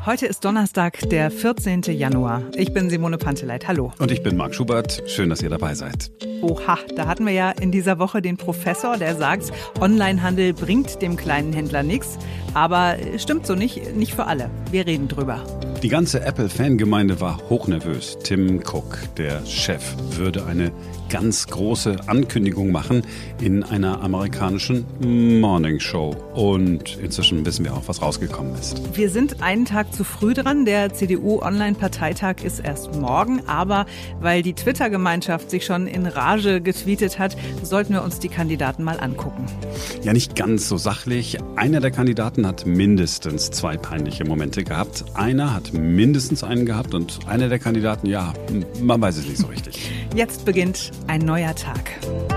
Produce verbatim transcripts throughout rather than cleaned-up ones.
Heute ist Donnerstag, der vierzehnten Januar. Ich bin Simone Panteleit. Hallo. Und ich bin Marc Schubert. Schön, dass ihr dabei seid. Oha, da hatten wir ja in dieser Woche den Professor, der sagt, Onlinehandel bringt dem kleinen Händler nichts. Aber stimmt so nicht, nicht für alle. Wir reden drüber. Die ganze Apple-Fangemeinde war hochnervös. Tim Cook, der Chef, würde eine ganz große Ankündigung machen in einer amerikanischen Morningshow. Und inzwischen wissen wir auch, was rausgekommen ist. Wir sind einen Tag zu früh dran. Der C D U-Online-Parteitag ist erst morgen. Aber weil die Twitter-Gemeinschaft sich schon in Rage getweetet hat, sollten wir uns die Kandidaten mal angucken. Ja, nicht ganz so sachlich. Einer der Kandidaten hat mindestens zwei peinliche Momente gehabt. Einer hat mindestens einen gehabt und einer der Kandidaten, ja, man weiß es nicht so richtig. Jetzt beginnt ein neuer Tag.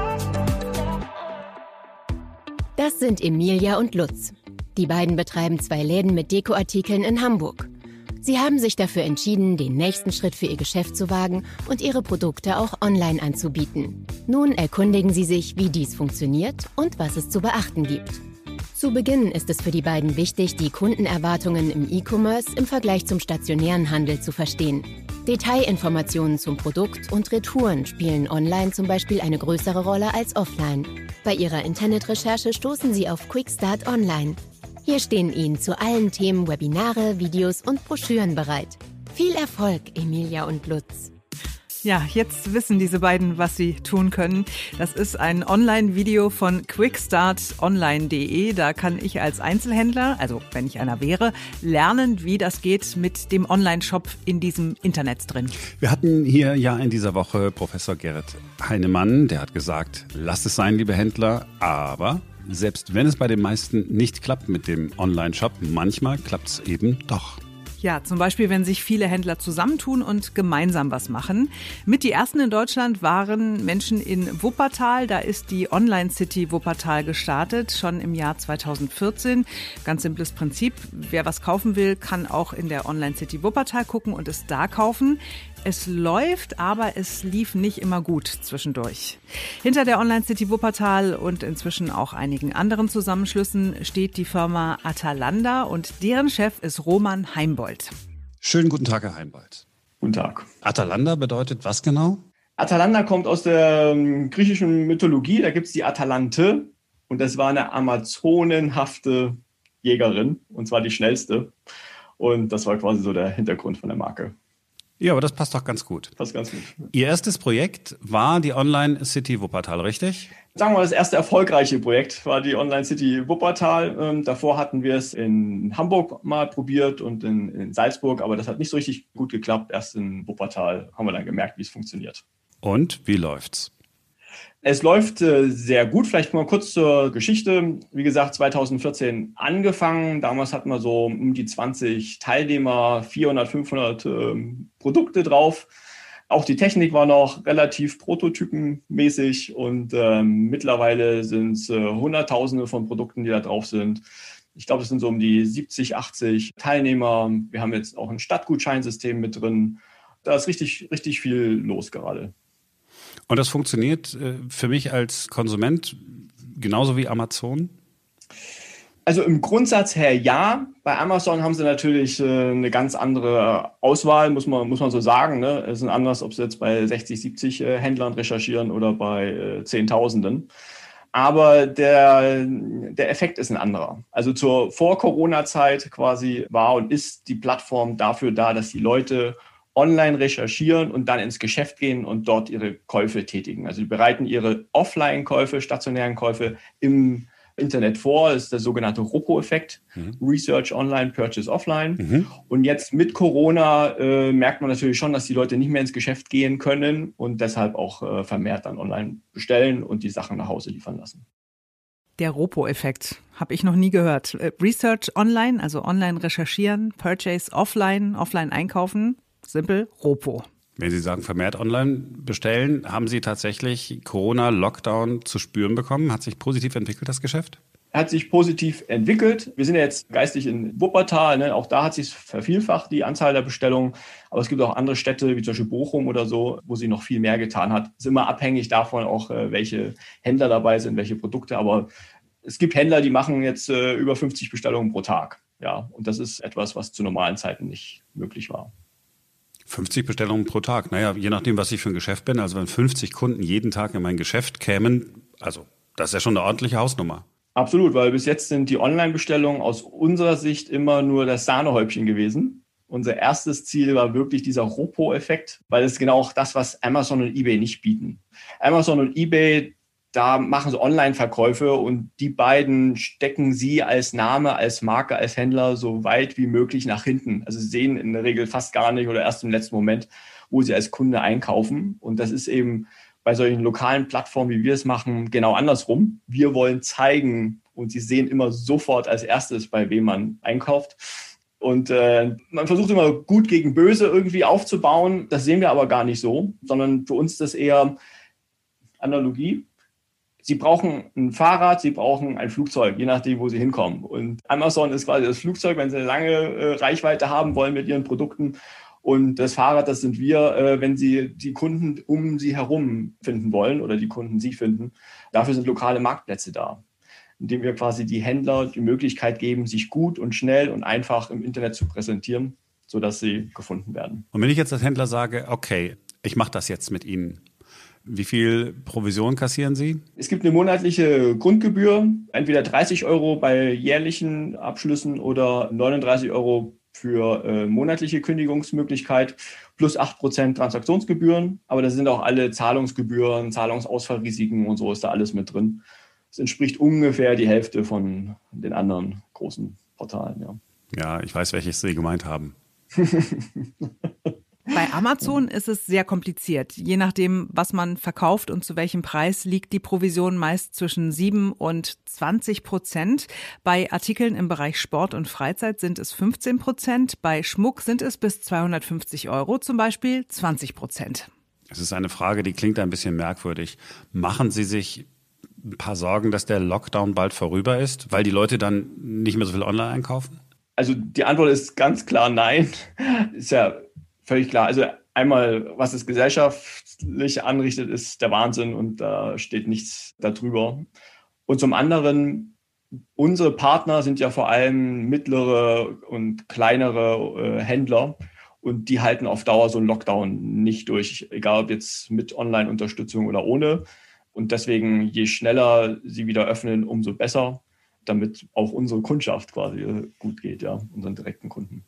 Das sind Emilia und Lutz. Die beiden betreiben zwei Läden mit Dekoartikeln in Hamburg. Sie haben sich dafür entschieden, den nächsten Schritt für ihr Geschäft zu wagen und ihre Produkte auch online anzubieten. Nun erkundigen sie sich, wie dies funktioniert und was es zu beachten gibt. Zu Beginn ist es für die beiden wichtig, die Kundenerwartungen im E-Commerce im Vergleich zum stationären Handel zu verstehen. Detailinformationen zum Produkt und Retouren spielen online zum Beispiel eine größere Rolle als offline. Bei ihrer Internetrecherche stoßen sie auf Quickstart Online. Hier stehen ihnen zu allen Themen Webinare, Videos und Broschüren bereit. Viel Erfolg, Emilia und Lutz! Ja, jetzt wissen diese beiden, was sie tun können. Das ist ein Online-Video von quickstart online punkt de. Da kann ich als Einzelhändler, also wenn ich einer wäre, lernen, wie das geht mit dem Online-Shop in diesem Internet drin. Wir hatten hier ja in dieser Woche Professor Gerrit Heinemann, der hat gesagt, lasst es sein, liebe Händler, aber selbst wenn es bei den meisten nicht klappt mit dem Online-Shop, manchmal klappt es eben doch. Ja, zum Beispiel, wenn sich viele Händler zusammentun und gemeinsam was machen. Mit die ersten in Deutschland waren Menschen in Wuppertal. Da ist die Online-City Wuppertal gestartet, schon im Jahr zweitausendvierzehn. Ganz simples Prinzip. Wer was kaufen will, kann auch in der Online-City Wuppertal gucken und es da kaufen. Es läuft, aber es lief nicht immer gut zwischendurch. Hinter der Online-City Wuppertal und inzwischen auch einigen anderen Zusammenschlüssen steht die Firma Atalanda und deren Chef ist Roman Heimbold. Schönen guten Tag, Herr Heimbold. Guten Tag. Atalanda bedeutet was genau? Atalanda kommt aus der ähm, griechischen Mythologie. Da gibt es die Atalante und das war eine amazonenhafte Jägerin und zwar die schnellste. Und das war quasi so der Hintergrund von der Marke. Ja, aber das passt doch ganz gut. Passt ganz gut. Ihr erstes Projekt war die Online-City Wuppertal, richtig? Sagen wir mal, das erste erfolgreiche Projekt war die Online-City Wuppertal. Ähm, davor hatten wir es in Hamburg mal probiert und in, in Salzburg, aber das hat nicht so richtig gut geklappt. Erst in Wuppertal haben wir dann gemerkt, wie es funktioniert. Und wie läuft's? Es läuft äh, sehr gut. Vielleicht mal kurz zur Geschichte. Wie gesagt, zweitausendvierzehn angefangen. Damals hatten wir so um die zwanzig Teilnehmer, vierhundert, fünfhundert ähm, Produkte drauf. Auch die Technik war noch relativ prototypenmäßig und ähm, mittlerweile sind es äh, Hunderttausende von Produkten, die da drauf sind. Ich glaube, es sind so um die siebzig, achtzig Teilnehmer. Wir haben jetzt auch ein Stadtgutscheinsystem mit drin. Da ist richtig, richtig viel los gerade. Und das funktioniert äh, für mich als Konsument genauso wie Amazon? Also im Grundsatz her ja. Bei Amazon haben sie natürlich äh, eine ganz andere Auswahl, muss man, muss man so sagen. Ne? Es ist anders, ob sie jetzt bei sechzig, siebzig äh, Händlern recherchieren oder bei äh, Zehntausenden. Aber der, der Effekt ist ein anderer. Also zur Vor-Corona-Zeit quasi war und ist die Plattform dafür da, dass die Leute online recherchieren und dann ins Geschäft gehen und dort ihre Käufe tätigen. Also sie bereiten ihre Offline-Käufe, stationären Käufe im Internet vor. Das ist der sogenannte ROPO-Effekt, mhm. Research Online, Purchase Offline. Mhm. Und jetzt mit Corona äh, merkt man natürlich schon, dass die Leute nicht mehr ins Geschäft gehen können und deshalb auch äh, vermehrt dann online bestellen und die Sachen nach Hause liefern lassen. Der ROPO-Effekt habe ich noch nie gehört. Research Online, also online recherchieren, Purchase Offline, offline einkaufen. Simpel, ROPO. Wenn Sie sagen, vermehrt online bestellen, haben Sie tatsächlich Corona-Lockdown zu spüren bekommen? Hat sich positiv entwickelt, das Geschäft? Hat sich positiv entwickelt. Wir sind ja jetzt geistig in Wuppertal. Ne? Auch da hat sich vervielfacht, die Anzahl der Bestellungen. Aber es gibt auch andere Städte, wie zum Beispiel Bochum oder so, wo sie noch viel mehr getan hat. Es ist immer abhängig davon auch, welche Händler dabei sind, welche Produkte. Aber es gibt Händler, die machen jetzt über fünfzig Bestellungen pro Tag. Ja, und das ist etwas, was zu normalen Zeiten nicht möglich war. fünfzig Bestellungen pro Tag. Naja, je nachdem, was ich für ein Geschäft bin. Also wenn fünfzig Kunden jeden Tag in mein Geschäft kämen, also das ist ja schon eine ordentliche Hausnummer. Absolut, weil bis jetzt sind die Online-Bestellungen aus unserer Sicht immer nur das Sahnehäubchen gewesen. Unser erstes Ziel war wirklich dieser Ropo-Effekt, weil es genau auch das, was Amazon und eBay nicht bieten. Amazon und eBay, da machen sie Online-Verkäufe und die beiden stecken sie als Name, als Marke, als Händler so weit wie möglich nach hinten. Also sie sehen in der Regel fast gar nicht oder erst im letzten Moment, wo sie als Kunde einkaufen. Und das ist eben bei solchen lokalen Plattformen, wie wir es machen, genau andersrum. Wir wollen zeigen und sie sehen immer sofort als erstes, bei wem man einkauft. Und äh, man versucht immer gut gegen böse irgendwie aufzubauen. Das sehen wir aber gar nicht so, sondern für uns ist das eher Analogie. Sie brauchen ein Fahrrad, Sie brauchen ein Flugzeug, je nachdem, wo Sie hinkommen. Und Amazon ist quasi das Flugzeug, wenn Sie eine lange äh, Reichweite haben wollen mit Ihren Produkten. Und das Fahrrad, das sind wir, äh, wenn Sie die Kunden um Sie herum finden wollen oder die Kunden Sie finden. Dafür sind lokale Marktplätze da, indem wir quasi die Händler die Möglichkeit geben, sich gut und schnell und einfach im Internet zu präsentieren, sodass sie gefunden werden. Und wenn ich jetzt als Händler sage, okay, ich mache das jetzt mit Ihnen, wie viel Provision kassieren Sie? Es gibt eine monatliche Grundgebühr, entweder dreißig Euro bei jährlichen Abschlüssen oder neununddreißig Euro für äh, monatliche Kündigungsmöglichkeit plus acht Prozent Transaktionsgebühren. Aber da sind auch alle Zahlungsgebühren, Zahlungsausfallrisiken und so ist da alles mit drin. Das entspricht ungefähr die Hälfte von den anderen großen Portalen. Ja, ja, ich weiß, welches Sie gemeint haben. Bei Amazon ist es sehr kompliziert. Je nachdem, was man verkauft und zu welchem Preis, liegt die Provision meist zwischen sieben und zwanzig Prozent. Bei Artikeln im Bereich Sport und Freizeit sind es fünfzehn Prozent. Bei Schmuck sind es bis zweihundertfünfzig Euro zum Beispiel zwanzig Prozent. Es ist eine Frage, die klingt ein bisschen merkwürdig. Machen Sie sich ein paar Sorgen, dass der Lockdown bald vorüber ist, weil die Leute dann nicht mehr so viel online einkaufen? Also die Antwort ist ganz klar nein. Ist ja völlig klar. Also einmal, was es gesellschaftlich anrichtet, ist der Wahnsinn und da steht nichts darüber. Und zum anderen, unsere Partner sind ja vor allem mittlere und kleinere äh, Händler und die halten auf Dauer so einen Lockdown nicht durch, egal ob jetzt mit Online-Unterstützung oder ohne. Und deswegen, je schneller sie wieder öffnen, umso besser, damit auch unsere Kundschaft quasi gut geht, ja, unseren direkten Kunden.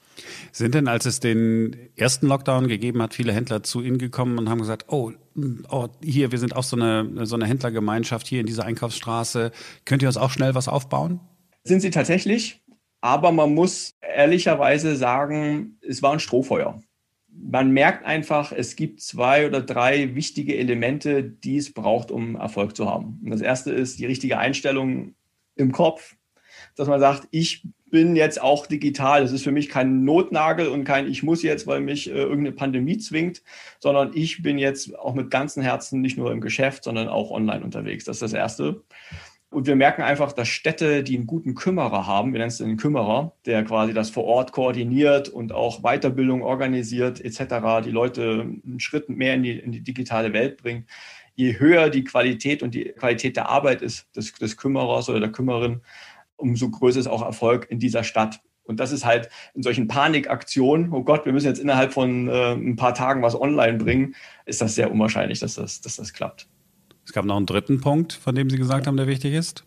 Sind denn, als es den ersten Lockdown gegeben hat, viele Händler zu Ihnen gekommen und haben gesagt, oh, oh hier, wir sind auch so eine, so eine Händlergemeinschaft hier in dieser Einkaufsstraße. Könnt ihr uns auch schnell was aufbauen? Sind sie tatsächlich, aber man muss ehrlicherweise sagen, es war ein Strohfeuer. Man merkt einfach, es gibt zwei oder drei wichtige Elemente, die es braucht, um Erfolg zu haben. Und das erste ist die richtige Einstellung im Kopf, dass man sagt, ich bin jetzt auch digital. Das ist für mich kein Notnagel und kein ich muss jetzt, weil mich äh, irgendeine Pandemie zwingt, sondern ich bin jetzt auch mit ganzem Herzen nicht nur im Geschäft, sondern auch online unterwegs. Das ist das Erste. Und wir merken einfach, dass Städte, die einen guten Kümmerer haben, wir nennen es den Kümmerer, der quasi das vor Ort koordiniert und auch Weiterbildung organisiert et cetera, die Leute einen Schritt mehr in die, in die digitale Welt bringt. Je höher die Qualität und die Qualität der Arbeit ist des, des Kümmerers oder der Kümmerin, umso größer ist auch Erfolg in dieser Stadt. Und das ist halt in solchen Panikaktionen, oh Gott, wir müssen jetzt innerhalb von äh, ein paar Tagen was online bringen, ist das sehr unwahrscheinlich, dass das, dass das klappt. Es gab noch einen dritten Punkt, von dem Sie gesagt haben, der wichtig ist.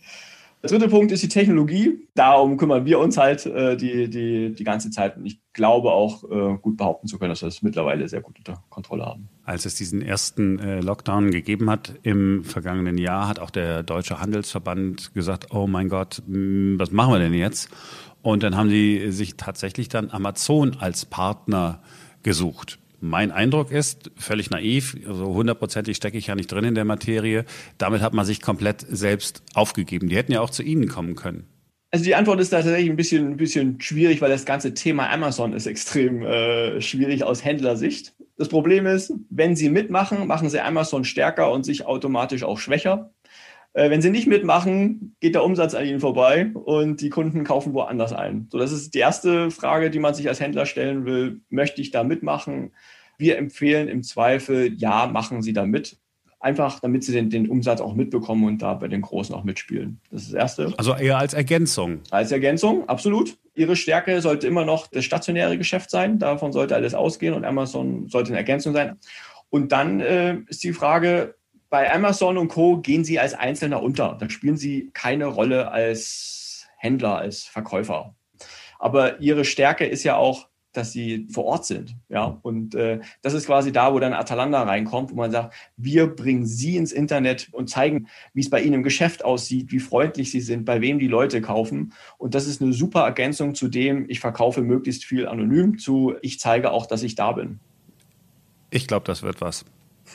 Der dritte Punkt ist die Technologie. Darum kümmern wir uns halt äh, die, die, die ganze Zeit. Und ich glaube auch äh, gut behaupten zu können, dass wir das mittlerweile sehr gut unter Kontrolle haben. Als es diesen ersten äh, Lockdown gegeben hat im vergangenen Jahr, hat auch der Deutsche Handelsverband gesagt, oh mein Gott, mh, was machen wir denn jetzt? Und dann haben die sich tatsächlich dann Amazon als Partner gesucht. Mein Eindruck ist, völlig naiv, also hundertprozentig stecke ich ja nicht drin in der Materie, damit hat man sich komplett selbst aufgegeben. Die hätten ja auch zu Ihnen kommen können. Also die Antwort ist da tatsächlich ein bisschen, ein bisschen schwierig, weil das ganze Thema Amazon ist extrem äh, schwierig aus Händlersicht. Das Problem ist, wenn Sie mitmachen, machen Sie Amazon stärker und sich automatisch auch schwächer. Äh, wenn Sie nicht mitmachen, geht der Umsatz an Ihnen vorbei und die Kunden kaufen woanders ein. So, das ist die erste Frage, die man sich als Händler stellen will. Möchte ich da mitmachen? Wir empfehlen im Zweifel, ja, machen Sie da mit. einfach damit sie den, den Umsatz auch mitbekommen und da bei den Großen auch mitspielen. Das ist das Erste. Also eher als Ergänzung. Als Ergänzung, absolut. Ihre Stärke sollte immer noch das stationäre Geschäft sein. Davon sollte alles ausgehen und Amazon sollte eine Ergänzung sein. Und dann äh, ist die Frage, bei Amazon und Co. gehen Sie als Einzelner unter. Da spielen Sie keine Rolle als Händler, als Verkäufer. Aber Ihre Stärke ist ja auch, dass Sie vor Ort sind. Ja? Und äh, das ist quasi da, wo dann Atalanta reinkommt, wo man sagt, wir bringen Sie ins Internet und zeigen, wie es bei Ihnen im Geschäft aussieht, wie freundlich Sie sind, bei wem die Leute kaufen. Und das ist eine super Ergänzung zu dem, ich verkaufe möglichst viel anonym, zu ich zeige auch, dass ich da bin. Ich glaube, das wird was.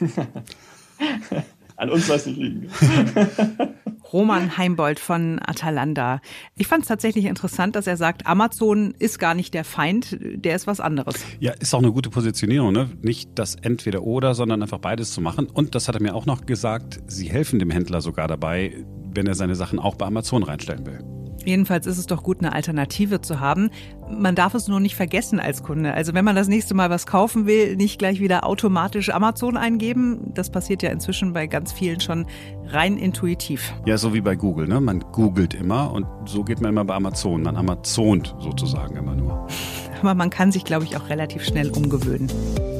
An uns soll es nicht liegen. Roman Heimbold von Atalanta. Ich fand es tatsächlich interessant, dass er sagt, Amazon ist gar nicht der Feind, der ist was anderes. Ja, ist auch eine gute Positionierung, ne? Nicht das Entweder-Oder, sondern einfach beides zu machen. Und das hat er mir auch noch gesagt, sie helfen dem Händler sogar dabei, wenn er seine Sachen auch bei Amazon reinstellen will. Jedenfalls ist es doch gut, eine Alternative zu haben. Man darf es nur nicht vergessen als Kunde. Also wenn man das nächste Mal was kaufen will, nicht gleich wieder automatisch Amazon eingeben. Das passiert ja inzwischen bei ganz vielen schon rein intuitiv. Ja, so wie bei Google, ne? Man googelt immer und so geht man immer bei Amazon. Man amazont sozusagen immer nur. Aber man kann sich, glaube ich, auch relativ schnell umgewöhnen.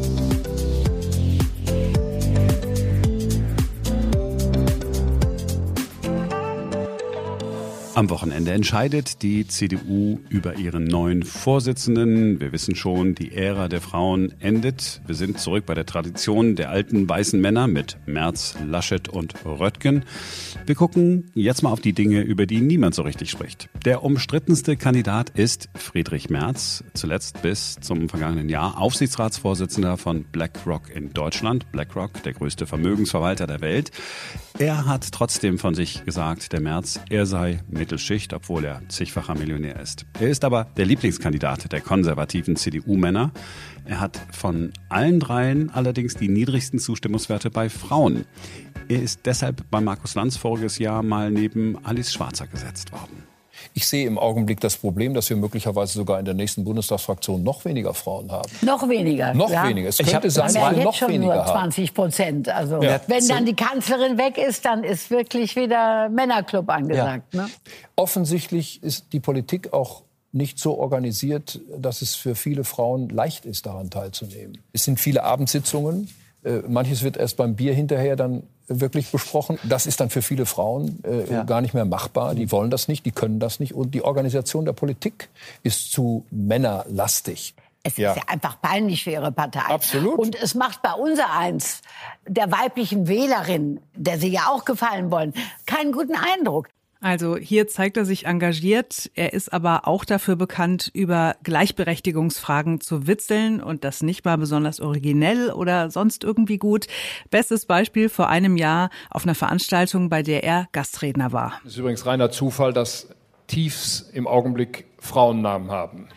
Am Wochenende entscheidet die C D U über ihren neuen Vorsitzenden. Wir wissen schon, die Ära der Frauen endet. Wir sind zurück bei der Tradition der alten weißen Männer mit Merz, Laschet und Röttgen. Wir gucken jetzt mal auf die Dinge, über die niemand so richtig spricht. Der umstrittenste Kandidat ist Friedrich Merz, zuletzt bis zum vergangenen Jahr Aufsichtsratsvorsitzender von BlackRock in Deutschland. BlackRock, der größte Vermögensverwalter der Welt. Er hat trotzdem von sich gesagt, der Merz, er sei Mittelschicht, obwohl er zigfacher Millionär ist. Er ist aber der Lieblingskandidat der konservativen C D U-Männer. Er hat von allen dreien allerdings die niedrigsten Zustimmungswerte bei Frauen. Er ist deshalb bei Markus Lanz voriges Jahr mal neben Alice Schwarzer gesetzt worden. Ich sehe im Augenblick das Problem, dass wir möglicherweise sogar in der nächsten Bundestagsfraktion noch weniger Frauen haben. Noch weniger? Noch ja. weniger. Es ich könnte sein, dass wir noch schon weniger nur haben. zwanzig Prozent. Also ja. wenn dann die Kanzlerin weg ist, dann ist wirklich wieder Männerclub angesagt. Ja. Ne? Offensichtlich ist die Politik auch nicht so organisiert, dass es für viele Frauen leicht ist, daran teilzunehmen. Es sind viele Abendsitzungen. Äh, manches wird erst beim Bier hinterher dann wirklich besprochen. Das ist dann für viele Frauen äh, ja. gar nicht mehr machbar. Die wollen das nicht, die können das nicht. Und die Organisation der Politik ist zu männerlastig. Es ja. ist ja einfach peinlich für ihre Partei. Absolut. Und es macht bei unsereins, der weiblichen Wählerin, der sie ja auch gefallen wollen, keinen guten Eindruck. Also hier zeigt er sich engagiert. Er ist aber auch dafür bekannt, über Gleichberechtigungsfragen zu witzeln und das nicht mal besonders originell oder sonst irgendwie gut. Bestes Beispiel vor einem Jahr auf einer Veranstaltung, bei der er Gastredner war. Es ist übrigens reiner Zufall, dass Tiefs im Augenblick Frauennamen haben.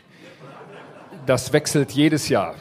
Das wechselt jedes Jahr.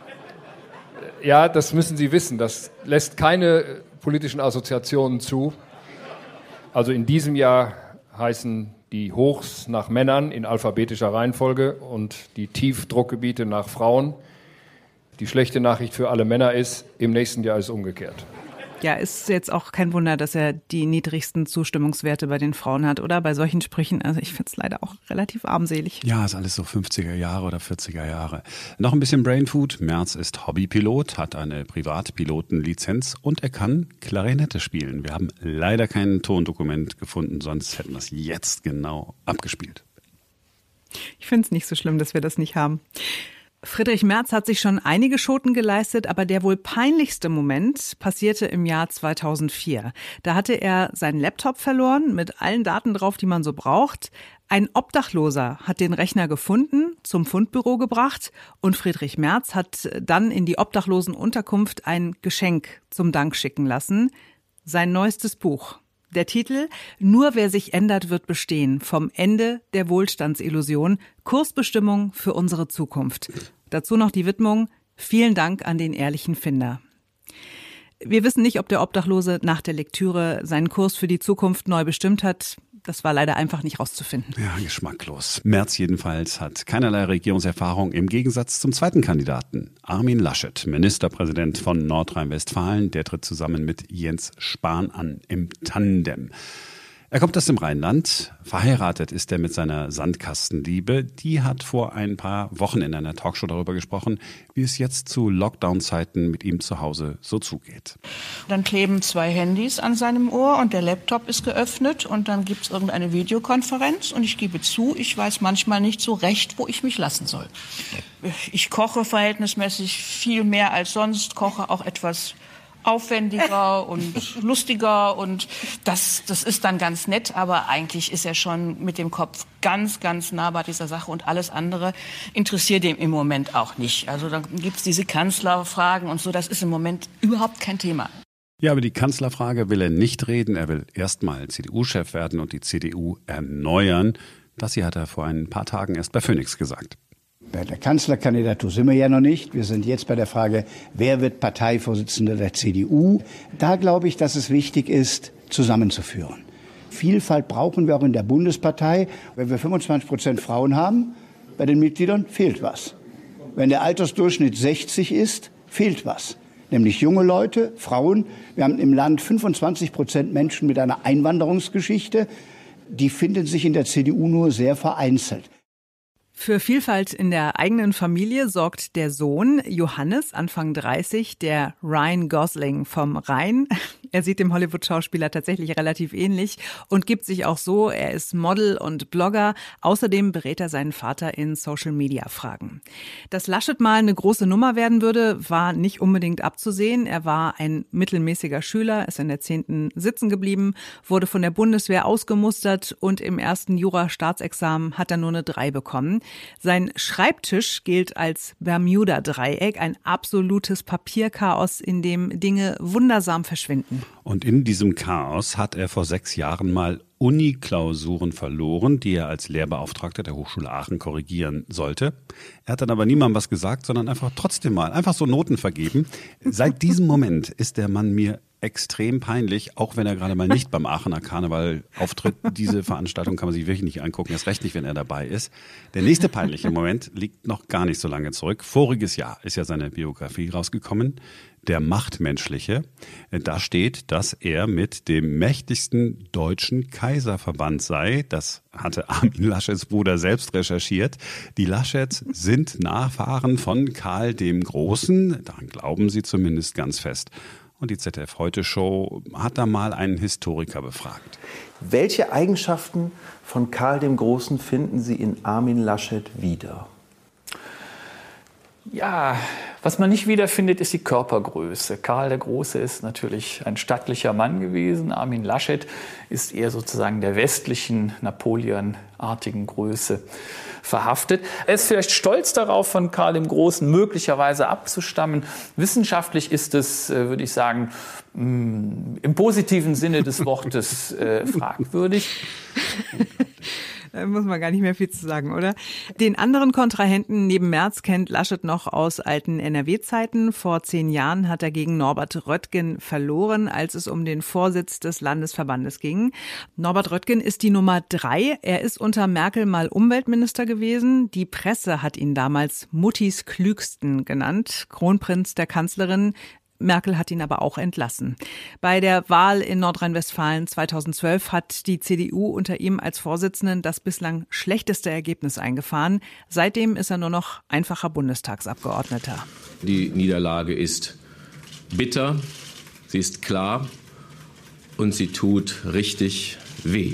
Ja, das müssen Sie wissen. Das lässt keine politischen Assoziationen zu. Also in diesem Jahr heißen die Hochs nach Männern in alphabetischer Reihenfolge und die Tiefdruckgebiete nach Frauen. Die schlechte Nachricht für alle Männer ist, im nächsten Jahr ist es umgekehrt. Ja, ist jetzt auch kein Wunder, dass er die niedrigsten Zustimmungswerte bei den Frauen hat, oder? Bei solchen Sprüchen, also ich finde es leider auch relativ armselig. Ja, ist alles so fünfziger Jahre oder vierziger Jahre. Noch ein bisschen Brainfood. Merz ist Hobbypilot, hat eine Privatpilotenlizenz und er kann Klarinette spielen. Wir haben leider kein Tondokument gefunden, sonst hätten wir es jetzt genau abgespielt. Ich finde es nicht so schlimm, dass wir das nicht haben. Friedrich Merz hat sich schon einige Schoten geleistet, aber der wohl peinlichste Moment passierte im Jahr zweitausendvier. Da hatte er seinen Laptop verloren mit allen Daten drauf, die man so braucht. Ein Obdachloser hat den Rechner gefunden, zum Fundbüro gebracht und Friedrich Merz hat dann in die Obdachlosenunterkunft ein Geschenk zum Dank schicken lassen. Sein neuestes Buch. Der Titel »Nur wer sich ändert, wird bestehen. Vom Ende der Wohlstandsillusion. Kursbestimmung für unsere Zukunft.« Dazu noch die Widmung »Vielen Dank an den ehrlichen Finder«. Wir wissen nicht, ob der Obdachlose nach der Lektüre seinen Kurs für die Zukunft neu bestimmt hat. Das war leider einfach nicht rauszufinden. Ja, geschmacklos. Merz jedenfalls hat keinerlei Regierungserfahrung im Gegensatz zum zweiten Kandidaten. Armin Laschet, Ministerpräsident von Nordrhein-Westfalen, der tritt zusammen mit Jens Spahn an im Tandem. Er kommt aus dem Rheinland. Verheiratet ist er mit seiner Sandkastenliebe. Die hat vor ein paar Wochen in einer Talkshow darüber gesprochen, wie es jetzt zu Lockdown-Zeiten mit ihm zu Hause so zugeht. Dann kleben zwei Handys an seinem Ohr und der Laptop ist geöffnet und dann gibt es irgendeine Videokonferenz und ich gebe zu, ich weiß manchmal nicht so recht, wo ich mich lassen soll. Ich koche verhältnismäßig viel mehr als sonst, koche auch etwas aufwendiger und lustiger und das, das ist dann ganz nett, aber eigentlich ist er schon mit dem Kopf ganz, ganz nah bei dieser Sache und alles andere interessiert ihn im Moment auch nicht. Also dann gibt's diese Kanzlerfragen und so, das ist im Moment überhaupt kein Thema. Ja, über die Kanzlerfrage will er nicht reden. Er will erstmal C D U-Chef werden und die C D U erneuern. Das hier hat er vor ein paar Tagen erst bei Phoenix gesagt. Bei der Kanzlerkandidatur sind wir ja noch nicht. Wir sind jetzt bei der Frage, wer wird Parteivorsitzender der C D U? Da glaube ich, dass es wichtig ist, zusammenzuführen. Vielfalt brauchen wir auch in der Bundespartei. Wenn wir fünfundzwanzig Prozent Frauen haben, bei den Mitgliedern fehlt was. Wenn der Altersdurchschnitt sechzig ist, fehlt was. Nämlich junge Leute, Frauen. Wir haben im Land fünfundzwanzig Prozent Menschen mit einer Einwanderungsgeschichte. Die finden sich in der C D U nur sehr vereinzelt. Für Vielfalt in der eigenen Familie sorgt der Sohn Johannes, Anfang dreißig, der Ryan Gosling vom Rhein. Er sieht dem Hollywood-Schauspieler tatsächlich relativ ähnlich und gibt sich auch so. Er ist Model und Blogger. Außerdem berät er seinen Vater in Social-Media-Fragen. Dass Laschet mal eine große Nummer werden würde, war nicht unbedingt abzusehen. Er war ein mittelmäßiger Schüler, ist in der zehnten sitzen geblieben, wurde von der Bundeswehr ausgemustert und im ersten Jura-Staatsexamen hat er nur eine drei bekommen. Sein Schreibtisch gilt als Bermuda-Dreieck, ein absolutes Papierchaos, in dem Dinge wundersam verschwinden. Und in diesem Chaos hat er vor sechs Jahren mal Uni-Klausuren verloren, die er als Lehrbeauftragter der Hochschule Aachen korrigieren sollte. Er hat dann aber niemandem was gesagt, sondern einfach trotzdem mal, einfach so Noten vergeben. Seit diesem Moment ist der Mann mir extrem peinlich, auch wenn er gerade mal nicht beim Aachener Karneval auftritt. Diese Veranstaltung kann man sich wirklich nicht angucken, erst recht nicht, wenn er dabei ist. Der nächste peinliche Moment liegt noch gar nicht so lange zurück. Voriges Jahr ist ja seine Biografie rausgekommen, Der Machtmenschliche. Da steht, dass er mit dem mächtigsten deutschen Kaiser verwandt sei. Das hatte Armin Laschets Bruder selbst recherchiert. Die Laschets sind Nachfahren von Karl dem Großen. Daran glauben sie zumindest ganz fest. Und die Z D F-Heute-Show hat da mal einen Historiker befragt. Welche Eigenschaften von Karl dem Großen finden Sie in Armin Laschet wieder? Ja, was man nicht wiederfindet, ist die Körpergröße. Karl der Große ist natürlich ein stattlicher Mann gewesen. Armin Laschet ist eher sozusagen der westlichen, Napoleon-artigen Größe verhaftet. Er ist vielleicht stolz darauf, von Karl dem Großen möglicherweise abzustammen. Wissenschaftlich ist es, würde ich sagen, im positiven Sinne des Wortes äh, fragwürdig. Da muss man gar nicht mehr viel zu sagen, oder? Den anderen Kontrahenten neben Merz kennt Laschet noch aus alten N R W-Zeiten. Vor zehn Jahren hat er gegen Norbert Röttgen verloren, als es um den Vorsitz des Landesverbandes ging. Norbert Röttgen ist die Nummer drei. Er ist unter Merkel mal Umweltminister gewesen. Die Presse hat ihn damals Muttis Klügsten genannt, Kronprinz der Kanzlerin. Merkel hat ihn aber auch entlassen. Bei der Wahl in Nordrhein-Westfalen zweitausendzwölf hat die C D U unter ihm als Vorsitzenden das bislang schlechteste Ergebnis eingefahren. Seitdem ist er nur noch einfacher Bundestagsabgeordneter. Die Niederlage ist bitter, sie ist klar und sie tut richtig weh.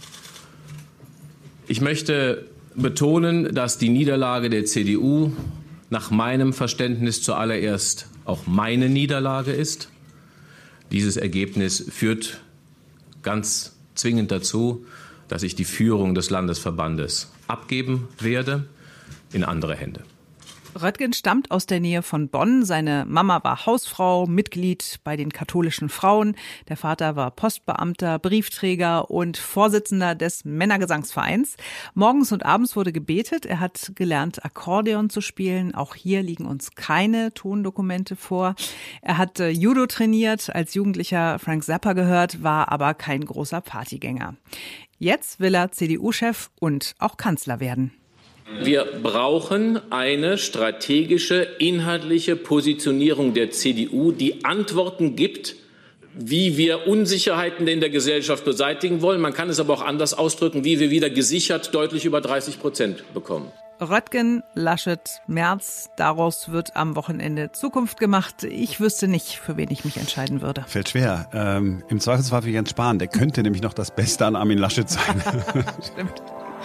Ich möchte betonen, dass die Niederlage der C D U nach meinem Verständnis zuallererst auch meine Niederlage ist. Dieses Ergebnis führt ganz zwingend dazu, dass ich die Führung des Landesverbandes abgeben werde in andere Hände. Röttgen stammt aus der Nähe von Bonn. Seine Mama war Hausfrau, Mitglied bei den katholischen Frauen. Der Vater war Postbeamter, Briefträger und Vorsitzender des Männergesangsvereins. Morgens und abends wurde gebetet. Er hat gelernt, Akkordeon zu spielen. Auch hier liegen uns keine Tondokumente vor. Er hat Judo trainiert, als Jugendlicher Frank Zappa gehört, war aber kein großer Partygänger. Jetzt will er C D U-Chef und auch Kanzler werden. Wir brauchen eine strategische, inhaltliche Positionierung der C D U, die Antworten gibt, wie wir Unsicherheiten in der Gesellschaft beseitigen wollen. Man kann es aber auch anders ausdrücken, wie wir wieder gesichert deutlich über dreißig Prozent bekommen. Röttgen, Laschet, Merz, daraus wird am Wochenende Zukunft gemacht. Ich wüsste nicht, für wen ich mich entscheiden würde. Fällt schwer. Ähm, im Zweifelsfall für Jens Spahn. Der könnte nämlich noch das Beste an Armin Laschet sein. Stimmt.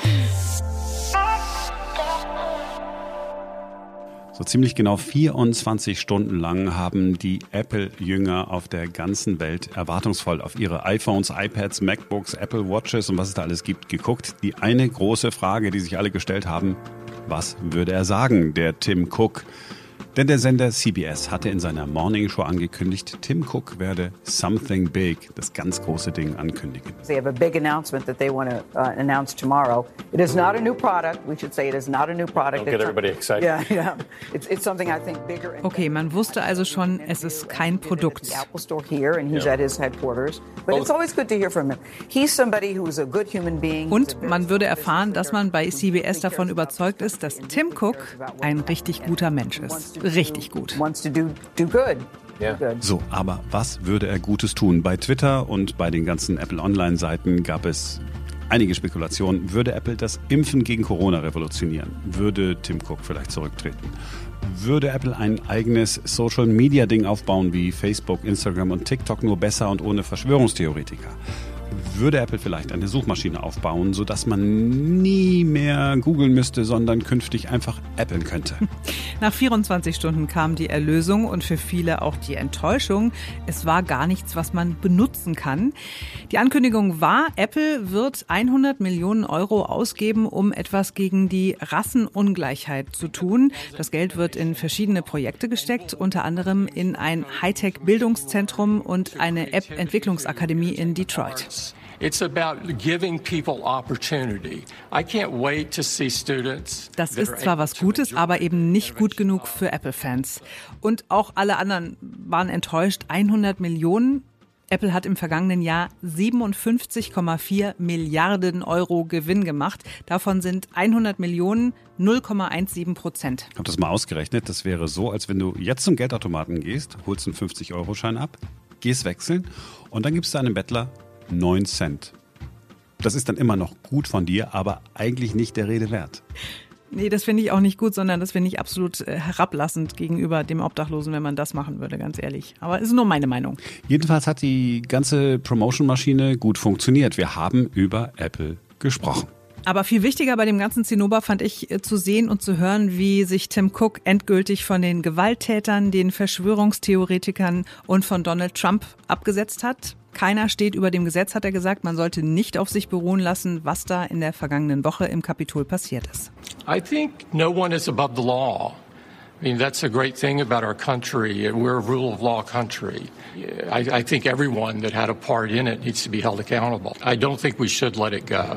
So ziemlich genau vierundzwanzig Stunden lang haben die Apple-Jünger auf der ganzen Welt erwartungsvoll auf ihre iPhones, iPads, MacBooks, Apple Watches und was es da alles gibt, geguckt. Die eine große Frage, die sich alle gestellt haben: Was würde er sagen, der Tim Cook? Denn der Sender C B S hatte in seiner Morning Show angekündigt, Tim Cook werde Something Big, das ganz große Ding, ankündigen. They have a big announcement that they want to uh, announce tomorrow. It is not a new product. We should say it is not a new product. Don't get everybody excited. Yeah, yeah. It's, it's something I think bigger. Okay, man wusste also schon, es ist kein Produkt. The Apple Store here, and he's at his headquarters. But it's always good to hear from him. He's somebody who is a good human being. Und man würde erfahren, dass man bei C B S davon überzeugt ist, dass Tim Cook ein richtig guter Mensch ist. Richtig gut. Wants to do do good. Yeah. So, aber was würde er Gutes tun? Bei Twitter und bei den ganzen Apple-Online-Seiten gab es einige Spekulationen. Würde Apple das Impfen gegen Corona revolutionieren? Würde Tim Cook vielleicht zurücktreten? Würde Apple ein eigenes Social-Media-Ding aufbauen wie Facebook, Instagram und TikTok, nur besser und ohne Verschwörungstheoretiker? Würde Apple vielleicht eine Suchmaschine aufbauen, sodass man nie mehr googeln müsste, sondern künftig einfach appeln könnte? Nach vierundzwanzig Stunden kam die Erlösung und für viele auch die Enttäuschung. Es war gar nichts, was man benutzen kann. Die Ankündigung war, Apple wird hundert Millionen Euro ausgeben, um etwas gegen die Rassenungleichheit zu tun. Das Geld wird in verschiedene Projekte gesteckt, unter anderem in ein Hightech-Bildungszentrum und eine App-Entwicklungsakademie in Detroit. It's about giving people opportunity. I can't wait to see students. Das ist zwar was Gutes, aber eben nicht gut genug für Apple-Fans. Und auch alle anderen waren enttäuscht. hundert Millionen. Apple hat im vergangenen Jahr siebenundfünfzig Komma vier Milliarden Euro Gewinn gemacht. Davon sind hundert Millionen null Komma siebzehn Prozent. Ich habe das mal ausgerechnet. Das wäre so, als wenn du jetzt zum Geldautomaten gehst, holst einen fünfzig-Euro-Schein ab, gehst wechseln und dann gibst du einem Bettler neun Cent. Das ist dann immer noch gut von dir, aber eigentlich nicht der Rede wert. Nee, das finde ich auch nicht gut, sondern das finde ich absolut herablassend gegenüber dem Obdachlosen, wenn man das machen würde, ganz ehrlich. Aber es ist nur meine Meinung. Jedenfalls hat die ganze Promotion-Maschine gut funktioniert. Wir haben über Apple gesprochen. Aber viel wichtiger bei dem ganzen Zinnober fand ich zu sehen und zu hören, wie sich Tim Cook endgültig von den Gewalttätern, den Verschwörungstheoretikern und von Donald Trump abgesetzt hat. Keiner steht über dem Gesetz, hat er gesagt. Man sollte nicht auf sich beruhen lassen, was da in der vergangenen Woche im Kapitol passiert ist. I think no one is above the law. I mean, that's a great thing about our country. We're a rule of law country. I, I think everyone that had a part in it needs to be held accountable. I don't think we should let it go.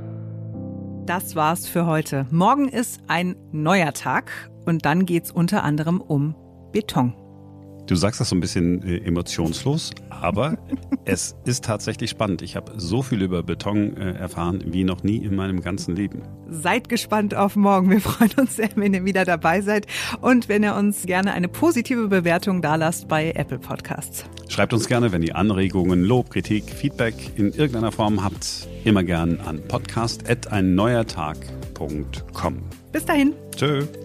Das war's für heute. Morgen ist ein neuer Tag und dann geht's unter anderem um Beton. Du sagst das so ein bisschen äh, emotionslos, aber es ist tatsächlich spannend. Ich habe so viel über Beton äh, erfahren wie noch nie in meinem ganzen Leben. Seid gespannt auf morgen. Wir freuen uns sehr, wenn ihr wieder dabei seid und wenn ihr uns gerne eine positive Bewertung dalasst bei Apple Podcasts. Schreibt uns gerne, wenn ihr Anregungen, Lob, Kritik, Feedback in irgendeiner Form habt, immer gern an podcast at ein neuer tag punkt com. Bis dahin. Tschö.